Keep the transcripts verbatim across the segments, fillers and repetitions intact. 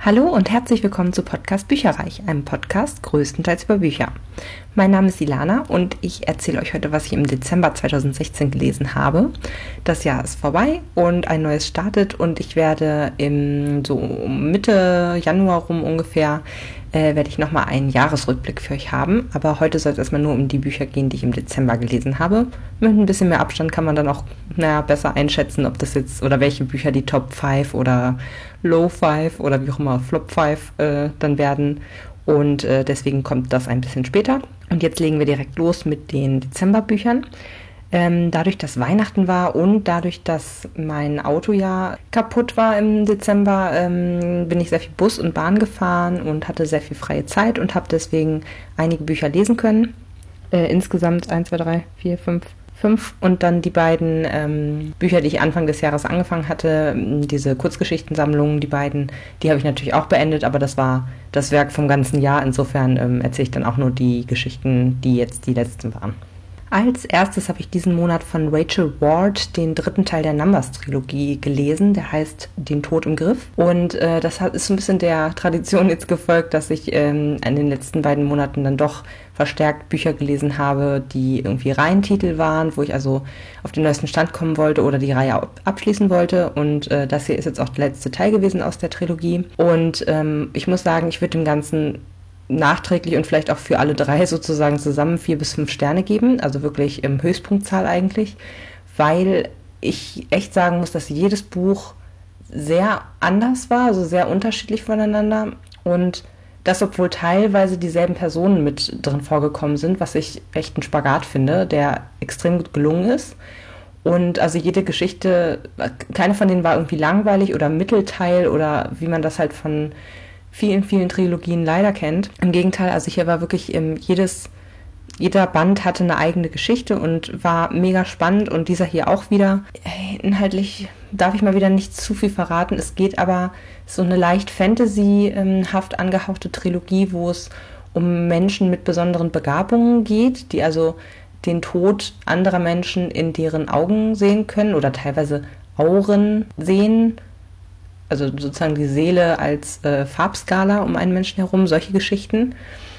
Hallo und herzlich willkommen zu Podcast Bücherreich, einem Podcast größtenteils über Bücher. Mein Name ist Ilana und ich erzähle euch heute, was ich im Dezember zweitausendsechzehn gelesen habe. Das Jahr ist vorbei und ein neues startet und ich werde im so Mitte Januar rum ungefähr äh, werde ich nochmal einen Jahresrückblick für euch haben. Aber heute soll es erstmal nur um die Bücher gehen, die ich im Dezember gelesen habe. Mit ein bisschen mehr Abstand kann man dann auch naja, besser einschätzen, ob das jetzt oder welche Bücher die Top fünf oder Low fünf oder wie auch immer Flop fünf äh, dann werden. Und äh, deswegen kommt das ein bisschen später. Und jetzt legen wir direkt los mit den Dezemberbüchern. Ähm, dadurch, dass Weihnachten war und dadurch, dass mein Auto ja kaputt war im Dezember, ähm, bin ich sehr viel Bus und Bahn gefahren und hatte sehr viel freie Zeit und habe deswegen einige Bücher lesen können. Äh, insgesamt eins, zwei, drei, vier, fünf, fünf und dann die beiden ähm, Bücher, die ich Anfang des Jahres angefangen hatte, diese Kurzgeschichtensammlungen, die beiden, die habe ich natürlich auch beendet, aber das war das Werk vom ganzen Jahr. Insofern ähm, erzähle ich dann auch nur die Geschichten, die jetzt die letzten waren. Als erstes habe ich diesen Monat von Rachel Ward den dritten Teil der Numbers-Trilogie gelesen, der heißt Den Tod im Griff. Und äh, das hat, ist so ein bisschen der Tradition jetzt gefolgt, dass ich ähm, in den letzten beiden Monaten dann doch verstärkt Bücher gelesen habe, die irgendwie Reihentitel waren, wo ich also auf den neuesten Stand kommen wollte oder die Reihe abschließen wollte. Und äh, das hier ist jetzt auch der letzte Teil gewesen aus der Trilogie. Und ähm, ich muss sagen, ich würde dem Ganzen nachträglich und vielleicht auch für alle drei sozusagen zusammen vier bis fünf Sterne geben, also wirklich im Höchstpunktzahl eigentlich, weil ich echt sagen muss, dass jedes Buch sehr anders war, also sehr unterschiedlich voneinander und das, obwohl teilweise dieselben Personen mit drin vorgekommen sind, was ich echt ein Spagat finde, der extrem gut gelungen ist. Und also jede Geschichte, keine von denen war irgendwie langweilig oder Mittelteil oder wie man das halt von vielen, vielen Trilogien leider kennt. Im Gegenteil, also hier war wirklich ähm, jedes, jeder Band hatte eine eigene Geschichte und war mega spannend und dieser hier auch wieder. Äh, inhaltlich darf ich mal wieder nicht zu viel verraten. Es geht aber so eine leicht Fantasy-haft angehauchte Trilogie, wo es um Menschen mit besonderen Begabungen geht, die also den Tod anderer Menschen in deren Augen sehen können oder teilweise Auren sehen. Also sozusagen die Seele als äh, Farbskala um einen Menschen herum, solche Geschichten.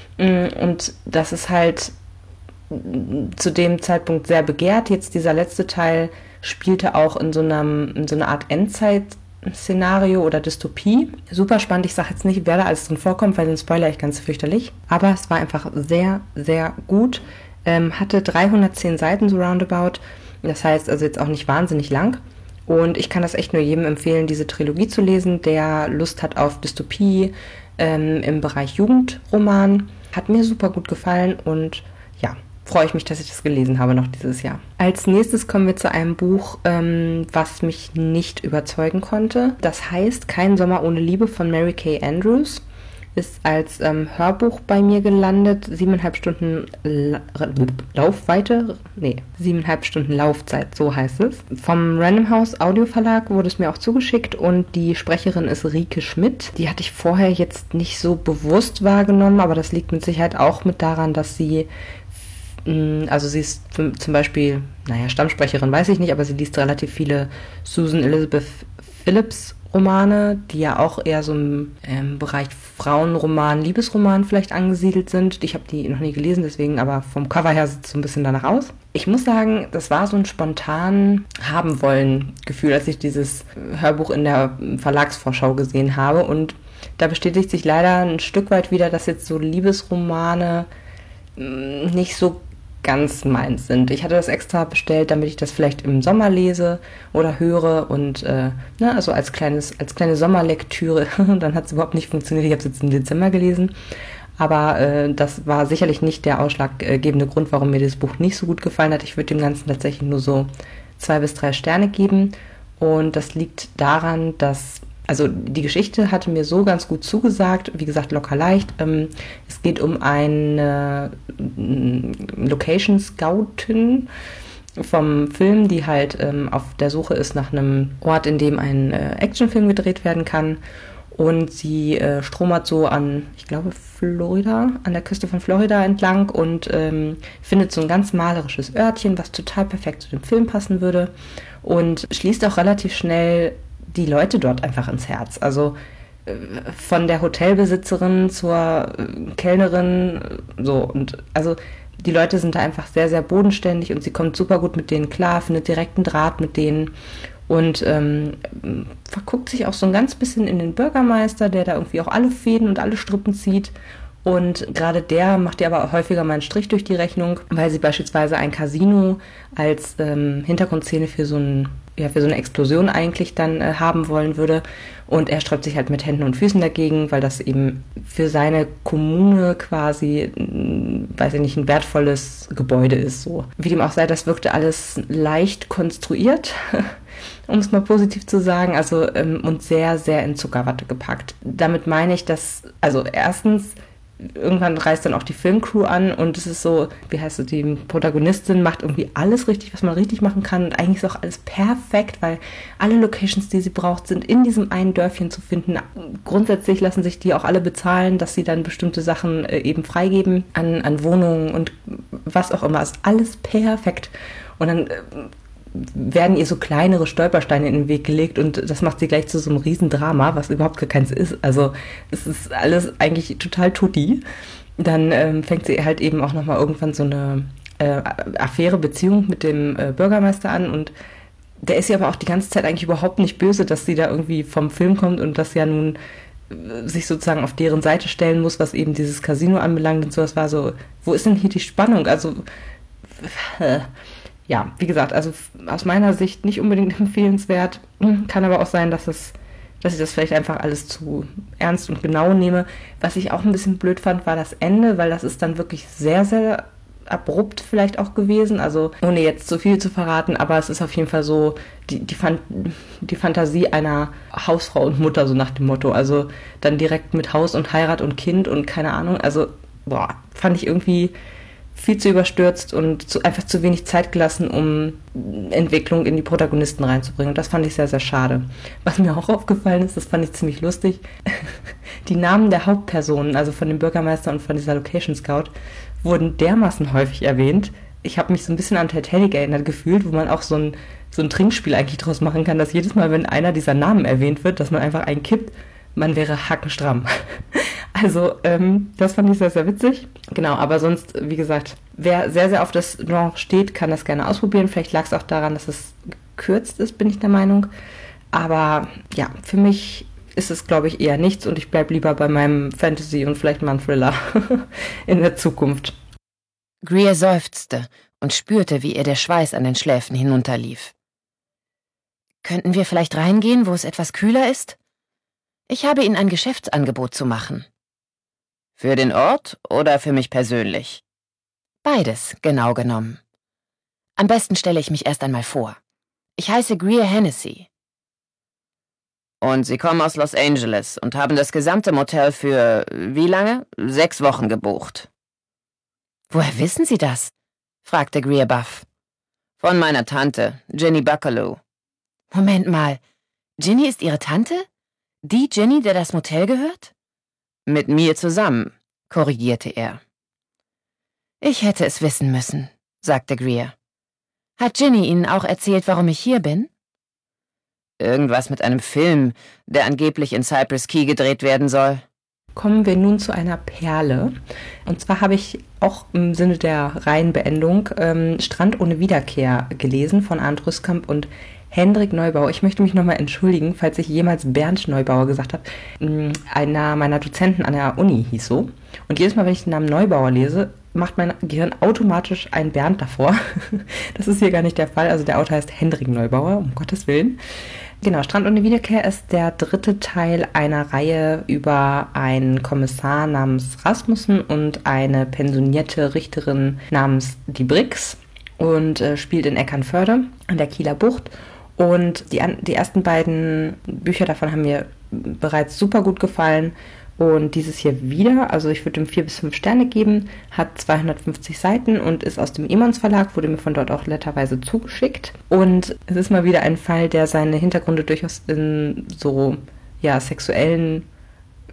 Und das ist halt zu dem Zeitpunkt sehr begehrt. Jetzt dieser letzte Teil spielte auch in so, einem, in so einer Art Endzeit-Szenario oder Dystopie. Super spannend, ich sage jetzt nicht, wer da alles drin vorkommt, weil sonst spoilere ich ganz fürchterlich. Aber es war einfach sehr, sehr gut. Ähm, hatte dreihundertzehn Seiten so roundabout. Das heißt also jetzt auch nicht wahnsinnig lang. Und ich kann das echt nur jedem empfehlen, diese Trilogie zu lesen, der Lust hat auf Dystopie ähm, im Bereich Jugendroman. Hat mir super gut gefallen und ja, freue ich mich, dass ich das gelesen habe noch dieses Jahr. Als nächstes kommen wir zu einem Buch, ähm, was mich nicht überzeugen konnte. Das heißt Kein Sommer ohne Liebe von Mary Kay Andrews. Ist als ähm, Hörbuch bei mir gelandet, siebeneinhalb Stunden La- Laufweite, nee, siebeneinhalb Stunden Laufzeit, so heißt es. Vom Random House Audio Verlag wurde es mir auch zugeschickt und die Sprecherin ist Rike Schmidt. Die hatte ich vorher jetzt nicht so bewusst wahrgenommen, aber das liegt mit Sicherheit auch mit daran, dass sie, mh, also sie ist zum Beispiel, naja, Stammsprecherin weiß ich nicht, aber sie liest relativ viele Susan Elizabeth Phillips Romane, die ja auch eher so im ähm, Bereich Frauenroman, Liebesroman vielleicht angesiedelt sind. Ich habe die noch nie gelesen, deswegen aber vom Cover her sieht es so ein bisschen danach aus. Ich muss sagen, das war so ein spontan Haben-Wollen-Gefühl, als ich dieses Hörbuch in der Verlagsvorschau gesehen habe. Und da bestätigt sich leider ein Stück weit wieder, dass jetzt so Liebesromane mh, nicht so ganz meins sind. Ich hatte das extra bestellt, damit ich das vielleicht im Sommer lese oder höre und äh, ne, also als kleines, als kleine Sommerlektüre. Dann hat es überhaupt nicht funktioniert. Ich habe es jetzt im Dezember gelesen. Aber äh, das war sicherlich nicht der ausschlaggebende Grund, warum mir das Buch nicht so gut gefallen hat. Ich würde dem Ganzen tatsächlich nur so zwei bis drei Sterne geben. Und das liegt daran, dass Also die Geschichte hatte mir so ganz gut zugesagt, wie gesagt, locker leicht. Ähm, es geht um eine Location Scoutin vom Film, die halt ähm, auf der Suche ist nach einem Ort, in dem ein äh, Actionfilm gedreht werden kann. Und sie äh, stromert so an, ich glaube, Florida, an der Küste von Florida entlang und ähm, findet so ein ganz malerisches Örtchen, was total perfekt zu dem Film passen würde. Und schließt auch relativ schnell die Leute dort einfach ins Herz. Also von der Hotelbesitzerin zur Kellnerin, so, und also die Leute sind da einfach sehr, sehr bodenständig und sie kommt super gut mit denen klar, findet direkten Draht mit denen und ähm, verguckt sich auch so ein ganz bisschen in den Bürgermeister, der da irgendwie auch alle Fäden und alle Strippen zieht. Und gerade der macht ihr aber häufiger mal einen Strich durch die Rechnung, weil sie beispielsweise ein Casino als ähm, Hintergrundszene für so ein, ja, für so eine Explosion eigentlich dann äh, haben wollen würde. Und er sträubt sich halt mit Händen und Füßen dagegen, weil das eben für seine Kommune quasi, weiß ich nicht, ein wertvolles Gebäude ist. So. Wie dem auch sei, das wirkte alles leicht konstruiert, um es mal positiv zu sagen, also ähm, und sehr, sehr in Zuckerwatte gepackt. Damit meine ich, dass, also erstens, irgendwann reist dann auch die Filmcrew an und es ist so, wie heißt es, die Protagonistin macht irgendwie alles richtig, was man richtig machen kann und eigentlich ist auch alles perfekt, weil alle Locations, die sie braucht, sind in diesem einen Dörfchen zu finden. Grundsätzlich lassen sich die auch alle bezahlen, dass sie dann bestimmte Sachen äh, eben freigeben an, an Wohnungen und was auch immer. Ist alles perfekt. Und dann äh, werden ihr so kleinere Stolpersteine in den Weg gelegt und das macht sie gleich zu so einem Riesendrama, was überhaupt gar keins ist. Also es ist alles eigentlich total tutti. Dann ähm, fängt sie halt eben auch nochmal irgendwann so eine äh, Affäre, Beziehung mit dem äh, Bürgermeister an und der ist ja aber auch die ganze Zeit eigentlich überhaupt nicht böse, dass sie da irgendwie vom Film kommt und das ja nun äh, sich sozusagen auf deren Seite stellen muss, was eben dieses Casino anbelangt und so. Das war so, wo ist denn hier die Spannung? Also äh, ja, wie gesagt, also aus meiner Sicht nicht unbedingt empfehlenswert. Kann aber auch sein, dass es, dass ich das vielleicht einfach alles zu ernst und genau nehme. Was ich auch ein bisschen blöd fand, war das Ende, weil das ist dann wirklich sehr, sehr abrupt vielleicht auch gewesen. Also ohne jetzt zu viel zu verraten, aber es ist auf jeden Fall so die, die, Fan- die Fantasie einer Hausfrau und Mutter, so nach dem Motto. Also dann direkt mit Haus und Heirat und Kind und keine Ahnung. Also, boah, fand ich irgendwie viel zu überstürzt und zu, einfach zu wenig Zeit gelassen, um Entwicklung in die Protagonisten reinzubringen. Und das fand ich sehr, sehr schade. Was mir auch aufgefallen ist, das fand ich ziemlich lustig, die Namen der Hauptpersonen, also von dem Bürgermeister und von dieser Location Scout, wurden dermaßen häufig erwähnt. Ich habe mich so ein bisschen an Titanic erinnert gefühlt, wo man auch so ein, so ein Trinkspiel eigentlich draus machen kann, dass jedes Mal, wenn einer dieser Namen erwähnt wird, dass man einfach einen kippt, man wäre hackenstramm. Also, ähm, das fand ich sehr, sehr witzig. Genau, aber sonst, wie gesagt, wer sehr, sehr auf das Genre steht, kann das gerne ausprobieren. Vielleicht lag es auch daran, dass es gekürzt ist, bin ich der Meinung. Aber ja, für mich ist es, glaube ich, eher nichts und ich bleibe lieber bei meinem Fantasy und vielleicht mal ein Thriller in der Zukunft. Greer seufzte und spürte, wie ihr der Schweiß an den Schläfen hinunterlief. Könnten wir vielleicht reingehen, wo es etwas kühler ist? Ich habe Ihnen ein Geschäftsangebot zu machen. Für den Ort oder für mich persönlich? Beides, genau genommen. Am besten stelle ich mich erst einmal vor. Ich heiße Greer Hennessy. Und Sie kommen aus Los Angeles und haben das gesamte Motel für, wie lange? Sechs Wochen gebucht. Woher wissen Sie das? Fragte Greer baff. Von meiner Tante, Ginny Buckalew. Moment mal, Ginny ist Ihre Tante? Die Ginny, der das Motel gehört? Mit mir zusammen, korrigierte er. Ich hätte es wissen müssen, sagte Greer. Hat Ginny Ihnen auch erzählt, warum ich hier bin? Irgendwas mit einem Film, der angeblich in Cypress Key gedreht werden soll. Kommen wir nun zu einer Perle. Und zwar habe ich auch im Sinne der Reihenbeendung ähm, Strand ohne Wiederkehr gelesen von Arndt Rüskamp und Hendrik Neubauer. Ich möchte mich nochmal entschuldigen, falls ich jemals Bernd Neubauer gesagt habe. Einer meiner Dozenten an der Uni hieß so. Und jedes Mal, wenn ich den Namen Neubauer lese, macht mein Gehirn automatisch einen Bernd davor. Das ist hier gar nicht der Fall. Also der Autor heißt Hendrik Neubauer, um Gottes Willen. Genau, Strand ohne Wiederkehr ist der dritte Teil einer Reihe über einen Kommissar namens Rasmussen und eine pensionierte Richterin namens die Brix und äh, spielt in Eckernförde an der Kieler Bucht. Und die, die ersten beiden Bücher davon haben mir bereits super gut gefallen. Und dieses hier wieder, also ich würde ihm vier bis fünf Sterne geben, hat zweihundertfünfzig Seiten und ist aus dem Emons Verlag, wurde mir von dort auch netterweise zugeschickt. Und es ist mal wieder ein Fall, der seine Hintergründe durchaus in so ja sexuellen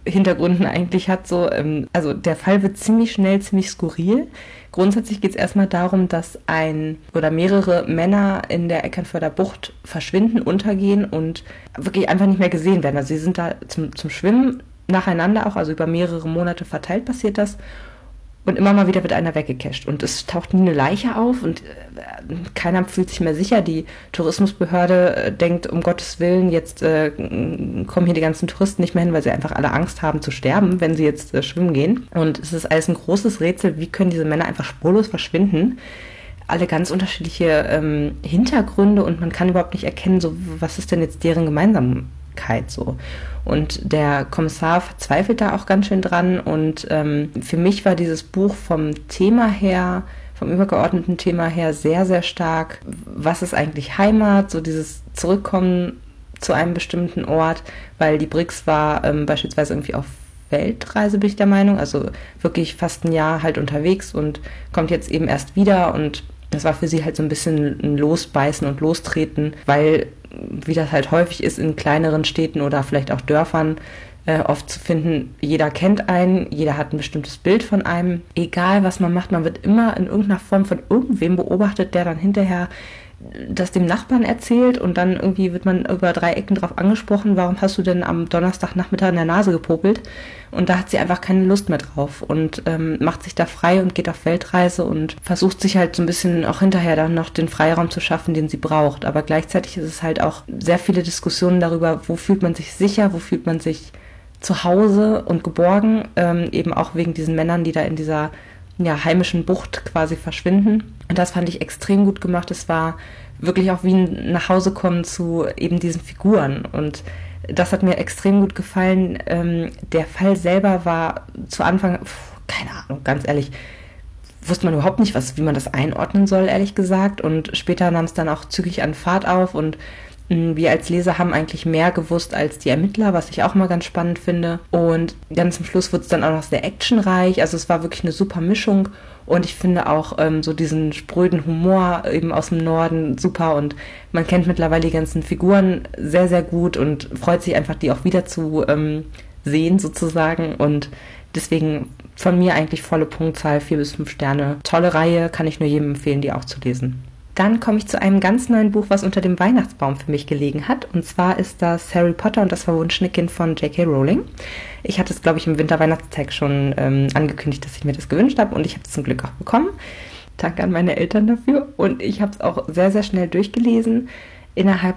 Hintergründen eigentlich hat. So, ähm, also der Fall wird ziemlich schnell, ziemlich skurril. Grundsätzlich geht es erstmal darum, dass ein oder mehrere Männer in der Eckernförder Bucht verschwinden, untergehen und wirklich einfach nicht mehr gesehen werden. Also sie sind da zum, zum Schwimmen nacheinander auch, also über mehrere Monate verteilt passiert das. Und immer mal wieder wird einer weggecasht. Und es taucht nie eine Leiche auf und äh, keiner fühlt sich mehr sicher. Die Tourismusbehörde äh, denkt, um Gottes Willen, jetzt äh, kommen hier die ganzen Touristen nicht mehr hin, weil sie einfach alle Angst haben zu sterben, wenn sie jetzt äh, schwimmen gehen. Und es ist alles ein großes Rätsel, wie können diese Männer einfach spurlos verschwinden. Alle ganz unterschiedliche ähm, Hintergründe und man kann überhaupt nicht erkennen, so was ist denn jetzt deren Gemeinsamkeit so. Und der Kommissar verzweifelt da auch ganz schön dran und ähm, für mich war dieses Buch vom Thema her, vom übergeordneten Thema her sehr, sehr stark. Was ist eigentlich Heimat? So dieses Zurückkommen zu einem bestimmten Ort, weil die Briggs war ähm, beispielsweise irgendwie auf Weltreise, bin ich der Meinung, also wirklich fast ein Jahr halt unterwegs und kommt jetzt eben erst wieder und das war für sie halt so ein bisschen ein Losbeißen und Lostreten, weil, wie das halt häufig ist in kleineren Städten oder vielleicht auch Dörfern, äh, oft zu finden, jeder kennt einen, jeder hat ein bestimmtes Bild von einem. Egal, was man macht, man wird immer in irgendeiner Form von irgendwem beobachtet, der dann hinterher das dem Nachbarn erzählt und dann irgendwie wird man über drei Ecken drauf angesprochen, warum hast du denn am Donnerstagnachmittag in der Nase gepopelt? Und da hat sie einfach keine Lust mehr drauf und ähm, macht sich da frei und geht auf Weltreise und versucht sich halt so ein bisschen auch hinterher dann noch den Freiraum zu schaffen, den sie braucht. Aber gleichzeitig ist es halt auch sehr viele Diskussionen darüber, wo fühlt man sich sicher, wo fühlt man sich zu Hause und geborgen, ähm, eben auch wegen diesen Männern, die da in dieser ja, heimischen Bucht quasi verschwinden. Und das fand ich extrem gut gemacht. Es war wirklich auch wie ein Nachhausekommen zu eben diesen Figuren. Und das hat mir extrem gut gefallen. Ähm, der Fall selber war zu Anfang, pf, keine Ahnung, ganz ehrlich, wusste man überhaupt nicht, was, wie man das einordnen soll, ehrlich gesagt. Und später nahm es dann auch zügig an Fahrt auf und wir als Leser haben eigentlich mehr gewusst als die Ermittler, was ich auch mal ganz spannend finde. Und ganz zum Schluss wurde es dann auch noch sehr actionreich. Also es war wirklich eine super Mischung. Und ich finde auch ähm, so diesen spröden Humor eben aus dem Norden super. Und man kennt mittlerweile die ganzen Figuren sehr, sehr gut und freut sich einfach, die auch wieder zu ähm, sehen sozusagen. Und deswegen von mir eigentlich volle Punktzahl, vier bis fünf Sterne. Tolle Reihe, kann ich nur jedem empfehlen, die auch zu lesen. Dann komme ich zu einem ganz neuen Buch, was unter dem Weihnachtsbaum für mich gelegen hat. Und zwar ist das Harry Potter und das verwunschene Kind von J K Rowling. Ich hatte es, glaube ich, im Winter-Weihnachtstag schon ähm, angekündigt, dass ich mir das gewünscht habe. Und ich habe es zum Glück auch bekommen. Danke an meine Eltern dafür. Und ich habe es auch sehr, sehr schnell durchgelesen. Innerhalb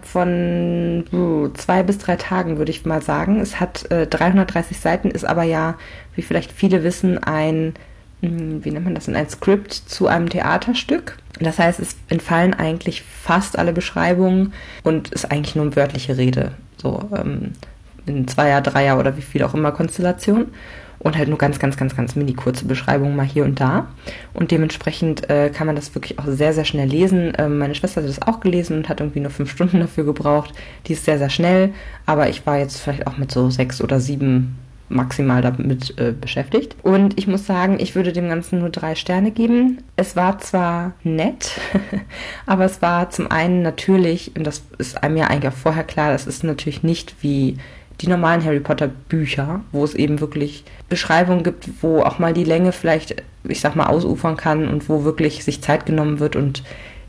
von uh, zwei bis drei Tagen, würde ich mal sagen. Es hat äh, dreihundertdreißig Seiten, ist aber ja, wie vielleicht viele wissen, ein, mh, wie nennt man das, ein Skript zu einem Theaterstück. Das heißt, es entfallen eigentlich fast alle Beschreibungen und ist eigentlich nur eine wörtliche Rede. So ähm, in Zweier-, Dreier- oder wie viel auch immer Konstellation. Und halt nur ganz, ganz, ganz, ganz mini kurze Beschreibungen mal hier und da. Und dementsprechend äh, kann man das wirklich auch sehr, sehr schnell lesen. Ähm, meine Schwester hat das auch gelesen und hat irgendwie nur fünf Stunden dafür gebraucht. Die ist sehr, sehr schnell. Aber ich war jetzt vielleicht auch mit so sechs oder sieben maximal damit äh, beschäftigt. Und ich muss sagen, ich würde dem Ganzen nur drei Sterne geben. Es war zwar nett, aber es war zum einen natürlich, und das ist einem ja eigentlich auch vorher klar, das ist natürlich nicht wie die normalen Harry Potter Bücher, wo es eben wirklich Beschreibungen gibt, wo auch mal die Länge vielleicht, ich sag mal, ausufern kann und wo wirklich sich Zeit genommen wird und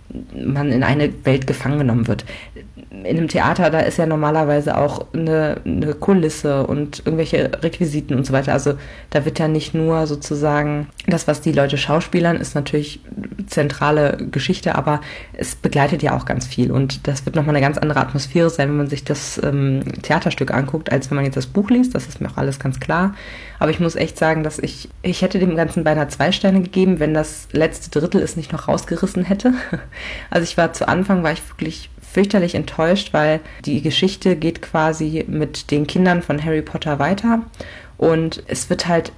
man in eine Welt gefangen genommen wird. In einem Theater, da ist ja normalerweise auch eine, eine Kulisse und irgendwelche Requisiten und so weiter. Also da wird ja nicht nur sozusagen das, was die Leute schauspielern, ist natürlich zentrale Geschichte, aber es begleitet ja auch ganz viel. Und das wird nochmal eine ganz andere Atmosphäre sein, wenn man sich das ähm, Theaterstück anguckt, als wenn man jetzt das Buch liest. Das ist mir auch alles ganz klar. Aber ich muss echt sagen, dass ich, ich hätte dem Ganzen beinahe zwei Sterne gegeben, wenn das letzte Drittel es nicht noch rausgerissen hätte. Also ich war zu Anfang, war ich wirklich fürchterlich enttäuscht, weil die Geschichte geht quasi mit den Kindern von Harry Potter weiter und es wird halt,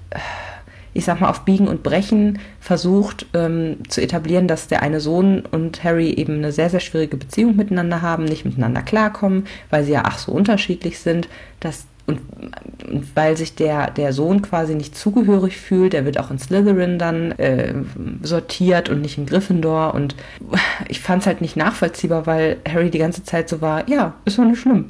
ich sag mal, auf Biegen und Brechen versucht ähm, zu etablieren, dass der eine Sohn und Harry eben eine sehr, sehr schwierige Beziehung miteinander haben, nicht miteinander klarkommen, weil sie ja ach so unterschiedlich sind, dass Und, und weil sich der, der Sohn quasi nicht zugehörig fühlt, der wird auch in Slytherin dann äh, sortiert und nicht in Gryffindor. Und ich fand es halt nicht nachvollziehbar, weil Harry die ganze Zeit so war, ja, ist doch nicht schlimm.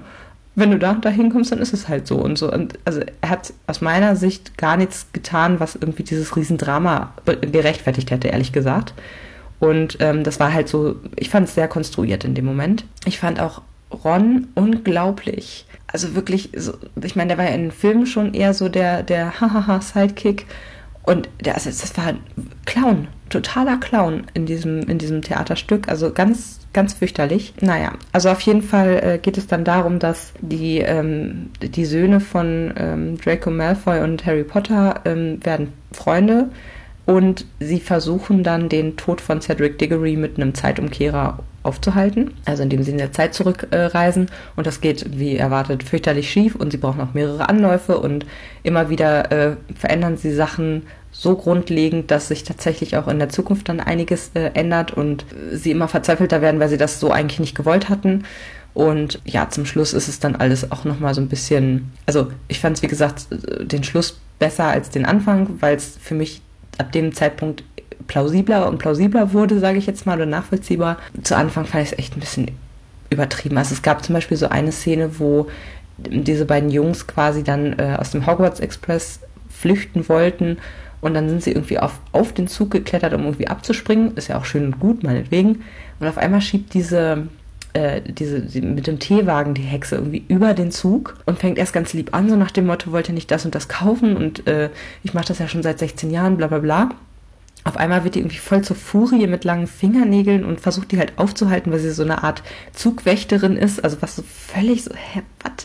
wenn du da dahin kommst, dann ist es halt so und so. Und also er hat aus meiner Sicht gar nichts getan, was irgendwie dieses Riesendrama gerechtfertigt hätte, ehrlich gesagt. Und ähm, das war halt so, ich fand es sehr konstruiert in dem Moment. Ich fand auch Ron unglaublich. Also wirklich, so, ich meine, der war ja in den Filmen schon eher so der, der Hahaha-Sidekick. Und der, also das war ein Clown, totaler Clown in diesem, in diesem Theaterstück. Also ganz, ganz fürchterlich. Naja, also auf jeden Fall äh, geht es dann darum, dass die, ähm, die Söhne von ähm, Draco Malfoy und Harry Potter ähm, werden Freunde. Und sie versuchen dann, den Tod von Cedric Diggory mit einem Zeitumkehrer aufzuhalten. Also indem sie in der Zeit zurückreisen. Äh, und das geht, wie erwartet, fürchterlich schief. Und sie brauchen auch mehrere Anläufe. Und immer wieder äh, verändern sie Sachen so grundlegend, dass sich tatsächlich auch in der Zukunft dann einiges äh, ändert. Und sie immer verzweifelter werden, weil sie das so eigentlich nicht gewollt hatten. Und ja, zum Schluss ist es dann alles auch nochmal so ein bisschen... Also ich fand es, wie gesagt, den Schluss besser als den Anfang, weil es für mich ab dem Zeitpunkt plausibler und plausibler wurde, sage ich jetzt mal, oder nachvollziehbar. Zu Anfang fand ich es echt ein bisschen übertrieben. Also es gab zum Beispiel so eine Szene, wo diese beiden Jungs quasi dann äh, aus dem Hogwarts Express flüchten wollten und dann sind sie irgendwie auf, auf den Zug geklettert, um irgendwie abzuspringen. Ist ja auch schön und gut, meinetwegen. Und auf einmal schiebt diese... Diese, die, mit dem Teewagen die Hexe irgendwie über den Zug und fängt erst ganz lieb an, so nach dem Motto, wollt ihr nicht das und das kaufen und äh, ich mache das ja schon seit sechzehn Jahren, bla bla bla. Auf einmal wird die irgendwie voll zur Furie mit langen Fingernägeln und versucht die halt aufzuhalten, weil sie so eine Art Zugwächterin ist, also was so völlig so, hä, was?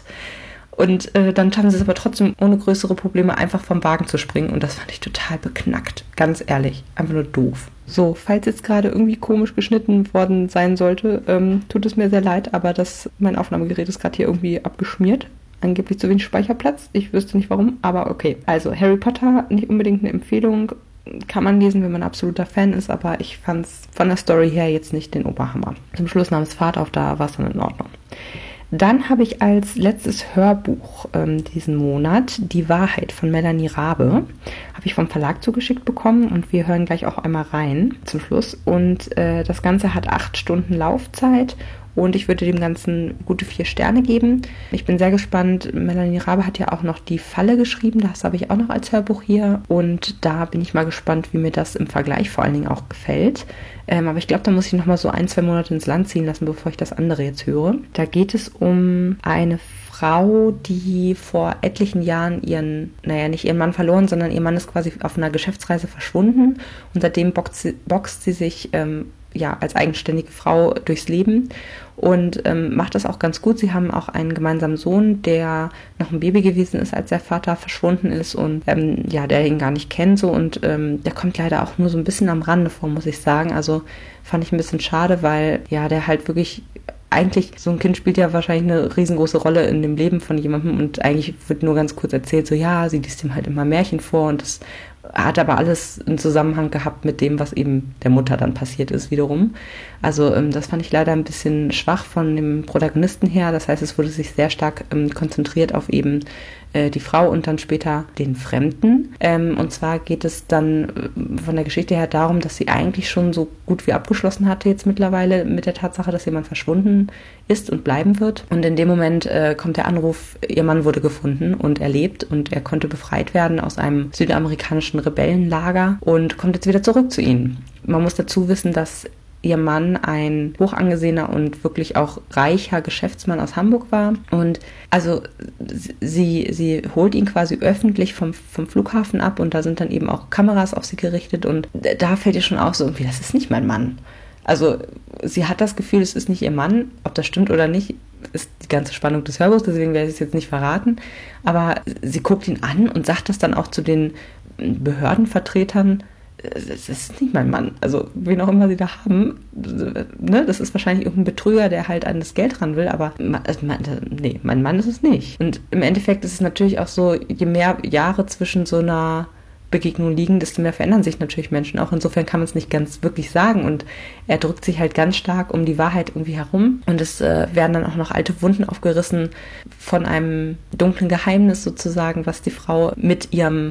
Und äh, dann schaffen sie es aber trotzdem ohne größere Probleme einfach vom Wagen zu springen und das fand ich total beknackt, ganz ehrlich, einfach nur doof. So, falls jetzt gerade irgendwie komisch geschnitten worden sein sollte, ähm, tut es mir sehr leid, aber das, mein Aufnahmegerät ist gerade hier irgendwie abgeschmiert. Angeblich zu wenig Speicherplatz, ich wüsste nicht warum, aber okay. Also Harry Potter, nicht unbedingt eine Empfehlung, kann man lesen, wenn man absoluter Fan ist, aber ich fand es von der Story her jetzt nicht den Oberhammer. Zum Schluss nahm es Fahrt auf, da war es dann in Ordnung. Dann habe ich als letztes Hörbuch ähm, diesen Monat Die Wahrheit von Melanie Rabe. Habe ich vom Verlag zugeschickt bekommen und wir hören gleich auch einmal rein zum Schluss. Und äh, das Ganze hat acht Stunden Laufzeit und ich würde dem Ganzen gute vier Sterne geben. Ich bin sehr gespannt. Melanie Rabe hat ja auch noch Die Falle geschrieben. Das habe ich auch noch als Hörbuch hier. Und da bin ich mal gespannt, wie mir das im Vergleich vor allen Dingen auch gefällt. Ähm, aber ich glaube, da muss ich noch mal so ein, zwei Monate ins Land ziehen lassen, bevor ich das andere jetzt höre. Da geht es um eine Frau, die vor etlichen Jahren ihren, naja, nicht ihren Mann verloren, sondern ihr Mann ist quasi auf einer Geschäftsreise verschwunden. Und seitdem boxt sie, boxt sie sich ähm, ja, als eigenständige Frau durchs Leben und ähm, macht das auch ganz gut. Sie haben auch einen gemeinsamen Sohn, der noch ein Baby gewesen ist, als der Vater verschwunden ist und ähm, ja, der ihn gar nicht kennt so und ähm, der kommt leider auch nur so ein bisschen am Rande vor, muss ich sagen. Also fand ich ein bisschen schade, weil ja, der halt wirklich eigentlich, so ein Kind spielt ja wahrscheinlich eine riesengroße Rolle in dem Leben von jemandem und eigentlich wird nur ganz kurz erzählt, so ja, sie liest ihm halt immer Märchen vor und das hat aber alles einen Zusammenhang gehabt mit dem, was eben der Mutter dann passiert ist wiederum. Also ähm, das fand ich leider ein bisschen schwach von dem Protagonisten her. Das heißt, es wurde sich sehr stark ähm, konzentriert auf eben äh, die Frau und dann später den Fremden. Ähm, und zwar geht es dann äh, von der Geschichte her darum, dass sie eigentlich schon so gut wie abgeschlossen hatte jetzt mittlerweile mit der Tatsache, dass jemand verschwunden ist und bleiben wird. Und in dem Moment äh, kommt der Anruf, ihr Mann wurde gefunden und er lebt und er konnte befreit werden aus einem südamerikanischen Rebellenlager und kommt jetzt wieder zurück zu ihnen. Man muss dazu wissen, dass ihr Mann ein hoch angesehener und wirklich auch reicher Geschäftsmann aus Hamburg war. Und also sie, sie holt ihn quasi öffentlich vom, vom Flughafen ab und da sind dann eben auch Kameras auf sie gerichtet und da fällt ihr schon auch so irgendwie, das ist nicht mein Mann. Also sie hat das Gefühl, es ist nicht ihr Mann. Ob das stimmt oder nicht, ist die ganze Spannung des Hörbuchs, deswegen werde ich es jetzt nicht verraten. Aber sie guckt ihn an und sagt das dann auch zu den Behördenvertretern, das ist nicht mein Mann, also wen auch immer sie da haben, ne, das ist wahrscheinlich irgendein Betrüger, der halt an das Geld ran will, aber nee, mein Mann ist es nicht. Und im Endeffekt ist es natürlich auch so, je mehr Jahre zwischen so einer Begegnung liegen, desto mehr verändern sich natürlich Menschen auch. Insofern kann man es nicht ganz wirklich sagen und er drückt sich halt ganz stark um die Wahrheit irgendwie herum und es äh, werden dann auch noch alte Wunden aufgerissen von einem dunklen Geheimnis sozusagen, was die Frau mit ihrem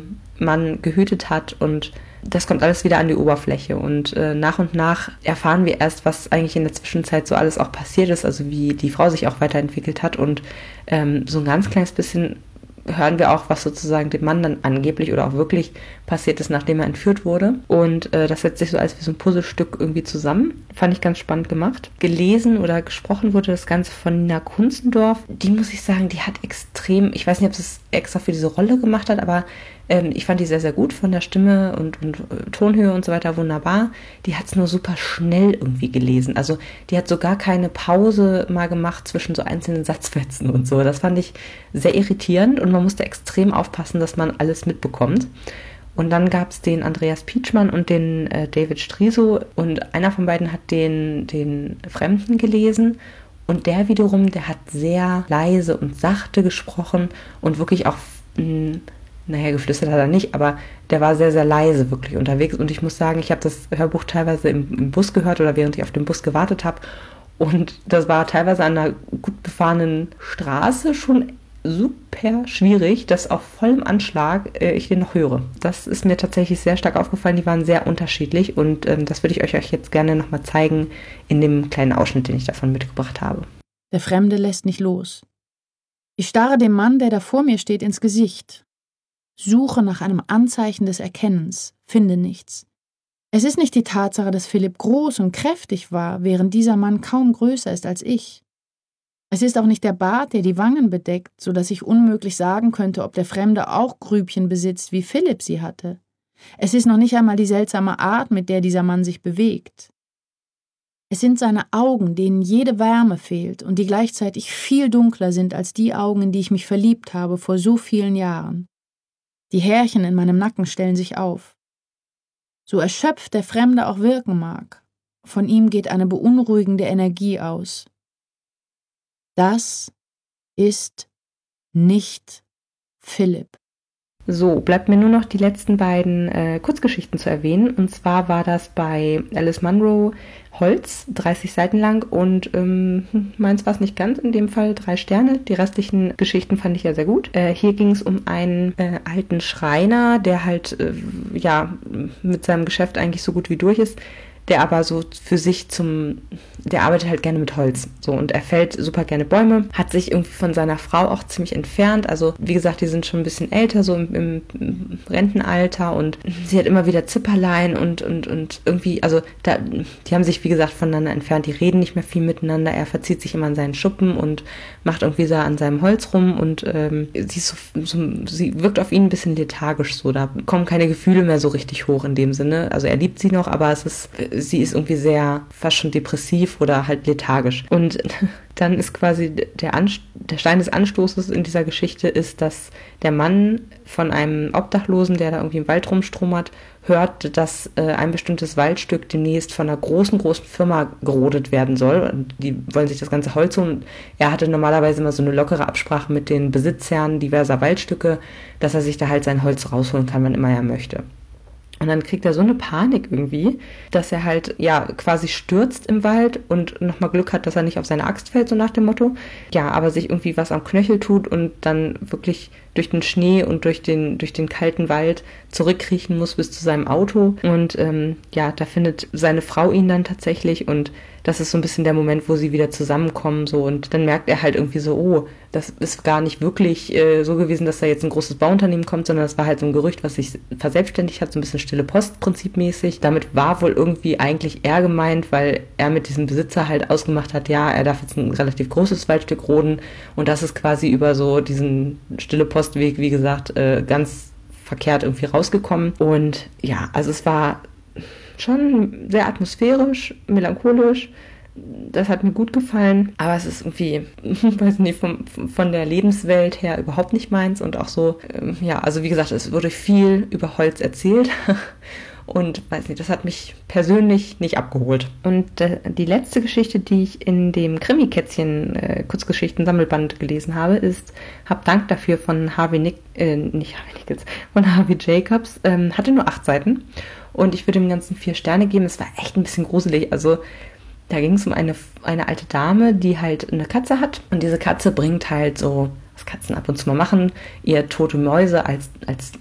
Mann gehütet hat, und das kommt alles wieder an die Oberfläche, und äh, nach und nach erfahren wir erst, was eigentlich in der Zwischenzeit so alles auch passiert ist, also wie die Frau sich auch weiterentwickelt hat, und ähm, so ein ganz kleines bisschen hören wir auch, was sozusagen dem Mann dann angeblich oder auch wirklich passiert ist, nachdem er entführt wurde. Und äh, das setzt sich so als wie so ein Puzzlestück irgendwie zusammen. Fand ich ganz spannend gemacht. Gelesen oder gesprochen wurde das Ganze von Nina Kunzendorf. Die, muss ich sagen, die hat extrem, ich weiß nicht, ob sie es extra für diese Rolle gemacht hat, aber ähm, ich fand die sehr, sehr gut von der Stimme und, und äh, Tonhöhe und so weiter, wunderbar. Die hat es nur super schnell irgendwie gelesen. Also die hat so gar keine Pause mal gemacht zwischen so einzelnen Satzfetzen und so. Das fand ich sehr irritierend, und man musste extrem aufpassen, dass man alles mitbekommt. Und dann gab es den Andreas Pietschmann und den äh, David Striso, und einer von beiden hat den, den Fremden gelesen, und der wiederum, der hat sehr leise und sachte gesprochen und wirklich auch, mh, naja, geflüstert hat er nicht, aber der war sehr, sehr leise wirklich unterwegs, und ich muss sagen, ich habe das Hörbuch teilweise im, im Bus gehört oder während ich auf dem Bus gewartet habe, und das war teilweise an einer gut befahrenen Straße schon super schwierig, dass auf vollem Anschlag äh, ich den noch höre. Das ist mir tatsächlich sehr stark aufgefallen. Die waren sehr unterschiedlich, und ähm, das würde ich euch, euch jetzt gerne nochmal zeigen in dem kleinen Ausschnitt, den ich davon mitgebracht habe. Der Fremde lässt nicht los. Ich starre dem Mann, der da vor mir steht, ins Gesicht. Suche nach einem Anzeichen des Erkennens, finde nichts. Es ist nicht die Tatsache, dass Philipp groß und kräftig war, während dieser Mann kaum größer ist als ich. Es ist auch nicht der Bart, der die Wangen bedeckt, so dass ich unmöglich sagen könnte, ob der Fremde auch Grübchen besitzt, wie Philipp sie hatte. Es ist noch nicht einmal die seltsame Art, mit der dieser Mann sich bewegt. Es sind seine Augen, denen jede Wärme fehlt und die gleichzeitig viel dunkler sind als die Augen, in die ich mich verliebt habe vor so vielen Jahren. Die Härchen in meinem Nacken stellen sich auf. So erschöpft der Fremde auch wirken mag, von ihm geht eine beunruhigende Energie aus. Das ist nicht Philipp. So, bleibt mir nur noch die letzten beiden äh, Kurzgeschichten zu erwähnen. Und zwar war das bei Alice Munro Holz, dreißig Seiten lang, und ähm, meins war es nicht ganz, in dem Fall drei Sterne. Die restlichen Geschichten fand ich ja sehr gut. Äh, hier ging es um einen äh, alten Schreiner, der halt äh, ja mit seinem Geschäft eigentlich so gut wie durch ist, der aber so für sich zum, der arbeitet halt gerne mit Holz, so, und er fällt super gerne Bäume, hat sich irgendwie von seiner Frau auch ziemlich entfernt, also wie gesagt, die sind schon ein bisschen älter, so im, im, im Rentenalter, und sie hat immer wieder Zipperlein und, und, und irgendwie, also da, die haben sich wie gesagt voneinander entfernt, die reden nicht mehr viel miteinander, er verzieht sich immer in seinen Schuppen und macht irgendwie so an seinem Holz rum, und ähm, sie, ist so, so, sie wirkt auf ihn ein bisschen lethargisch, so, da kommen keine Gefühle mehr so richtig hoch in dem Sinne, also er liebt sie noch, aber es ist sie ist irgendwie sehr, fast schon depressiv oder halt lethargisch. Und dann ist quasi der, Anst- der Stein des Anstoßes in dieser Geschichte ist, dass der Mann von einem Obdachlosen, der da irgendwie im Wald rumstromert, hört, dass äh, ein bestimmtes Waldstück demnächst von einer großen, großen Firma gerodet werden soll. Und die wollen sich das ganze Holz holen. Und er hatte normalerweise immer so eine lockere Absprache mit den Besitzherren diverser Waldstücke, dass er sich da halt sein Holz rausholen kann, wann immer er möchte. Und dann kriegt er so eine Panik irgendwie, dass er halt, ja, quasi stürzt im Wald und nochmal Glück hat, dass er nicht auf seine Axt fällt, so nach dem Motto. Ja, aber sich irgendwie was am Knöchel tut und dann wirklich durch den Schnee und durch den, durch den kalten Wald zurückkriechen muss bis zu seinem Auto. Und ähm, ja, da findet seine Frau ihn dann tatsächlich, und das ist so ein bisschen der Moment, wo sie wieder zusammenkommen, so, und dann merkt er halt irgendwie so, oh, das ist gar nicht wirklich äh, so gewesen, dass da jetzt ein großes Bauunternehmen kommt, sondern das war halt so ein Gerücht, was sich verselbstständigt hat, so ein bisschen stille Post-Prinzip mäßig. Damit war wohl irgendwie eigentlich er gemeint, weil er mit diesem Besitzer halt ausgemacht hat, ja, er darf jetzt ein relativ großes Waldstück roden, und das ist quasi über so diesen stille Postweg, wie gesagt, äh, ganz verkehrt irgendwie rausgekommen. Und ja, also es war schon sehr atmosphärisch, melancholisch. Das hat mir gut gefallen, aber es ist irgendwie, weiß nicht, vom, von der Lebenswelt her überhaupt nicht meins, und auch so, ähm, ja, also wie gesagt, es wurde viel über Holz erzählt und weiß nicht, das hat mich persönlich nicht abgeholt. Und äh, die letzte Geschichte, die ich in dem Krimi-Kätzchen äh, Kurzgeschichten-Sammelband gelesen habe, ist Hab Dank dafür von Harvey Nick, äh, nicht Harvey Nichols, von Harvey Jacobs, ähm, hatte nur acht Seiten, und ich würde dem Ganzen vier Sterne geben. Es war echt ein bisschen gruselig, also da ging es um eine, eine alte Dame, die halt eine Katze hat, und diese Katze bringt halt so, was Katzen ab und zu mal machen, ihr tote Mäuse als, als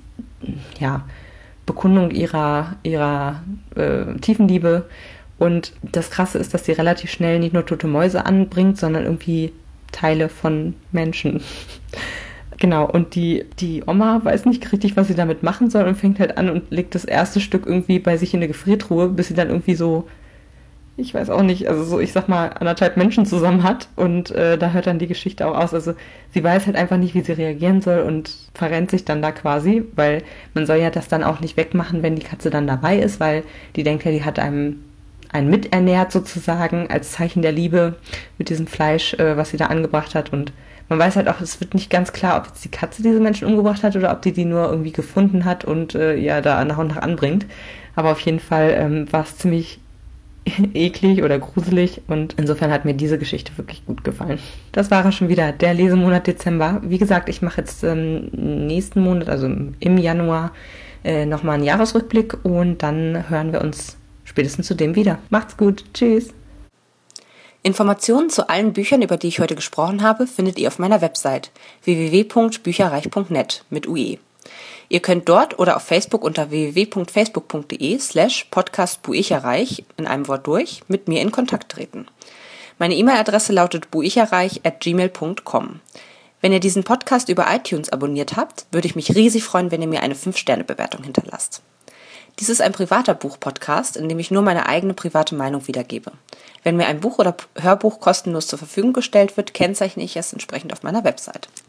ja, Bekundung ihrer, ihrer äh, Tiefenliebe. Und das Krasse ist, dass sie relativ schnell nicht nur tote Mäuse anbringt, sondern irgendwie Teile von Menschen. Genau, und die, die Oma weiß nicht richtig, was sie damit machen soll und fängt halt an und legt das erste Stück irgendwie bei sich in eine Gefriertruhe, bis sie dann irgendwie so, ich weiß auch nicht, also so, ich sag mal, anderthalb Menschen zusammen hat und äh, da hört dann die Geschichte auch aus. Also sie weiß halt einfach nicht, wie sie reagieren soll und verrennt sich dann da quasi, weil man soll ja das dann auch nicht wegmachen, wenn die Katze dann dabei ist, weil die denkt ja, die hat einem einen miternährt sozusagen als Zeichen der Liebe mit diesem Fleisch, äh, was sie da angebracht hat. Und man weiß halt auch, es wird nicht ganz klar, ob jetzt die Katze diese Menschen umgebracht hat oder ob die die nur irgendwie gefunden hat und äh, ja da nach und nach anbringt. Aber auf jeden Fall ähm, war es ziemlich eklig oder gruselig und insofern hat mir diese Geschichte wirklich gut gefallen. Das war auch schon wieder der Lesemonat Dezember. Wie gesagt, ich mache jetzt ähm, nächsten Monat, also im Januar, äh, nochmal einen Jahresrückblick und dann hören wir uns spätestens zu dem wieder. Macht's gut. Tschüss. Informationen zu allen Büchern, über die ich heute gesprochen habe, findet ihr auf meiner Website w w w punkt bücherreich punkt net mit U E. Ihr könnt dort oder auf Facebook unter w w w punkt facebook punkt de slash podcast buicherreich in einem Wort durch mit mir in Kontakt treten. Meine E-Mail-Adresse lautet buicherreich at gmail punkt com. Wenn ihr diesen Podcast über iTunes abonniert habt, würde ich mich riesig freuen, wenn ihr mir eine fünf Sterne Bewertung hinterlasst. Dies ist ein privater Buch-Podcast, in dem ich nur meine eigene private Meinung wiedergebe. Wenn mir ein Buch oder Hörbuch kostenlos zur Verfügung gestellt wird, kennzeichne ich es entsprechend auf meiner Website.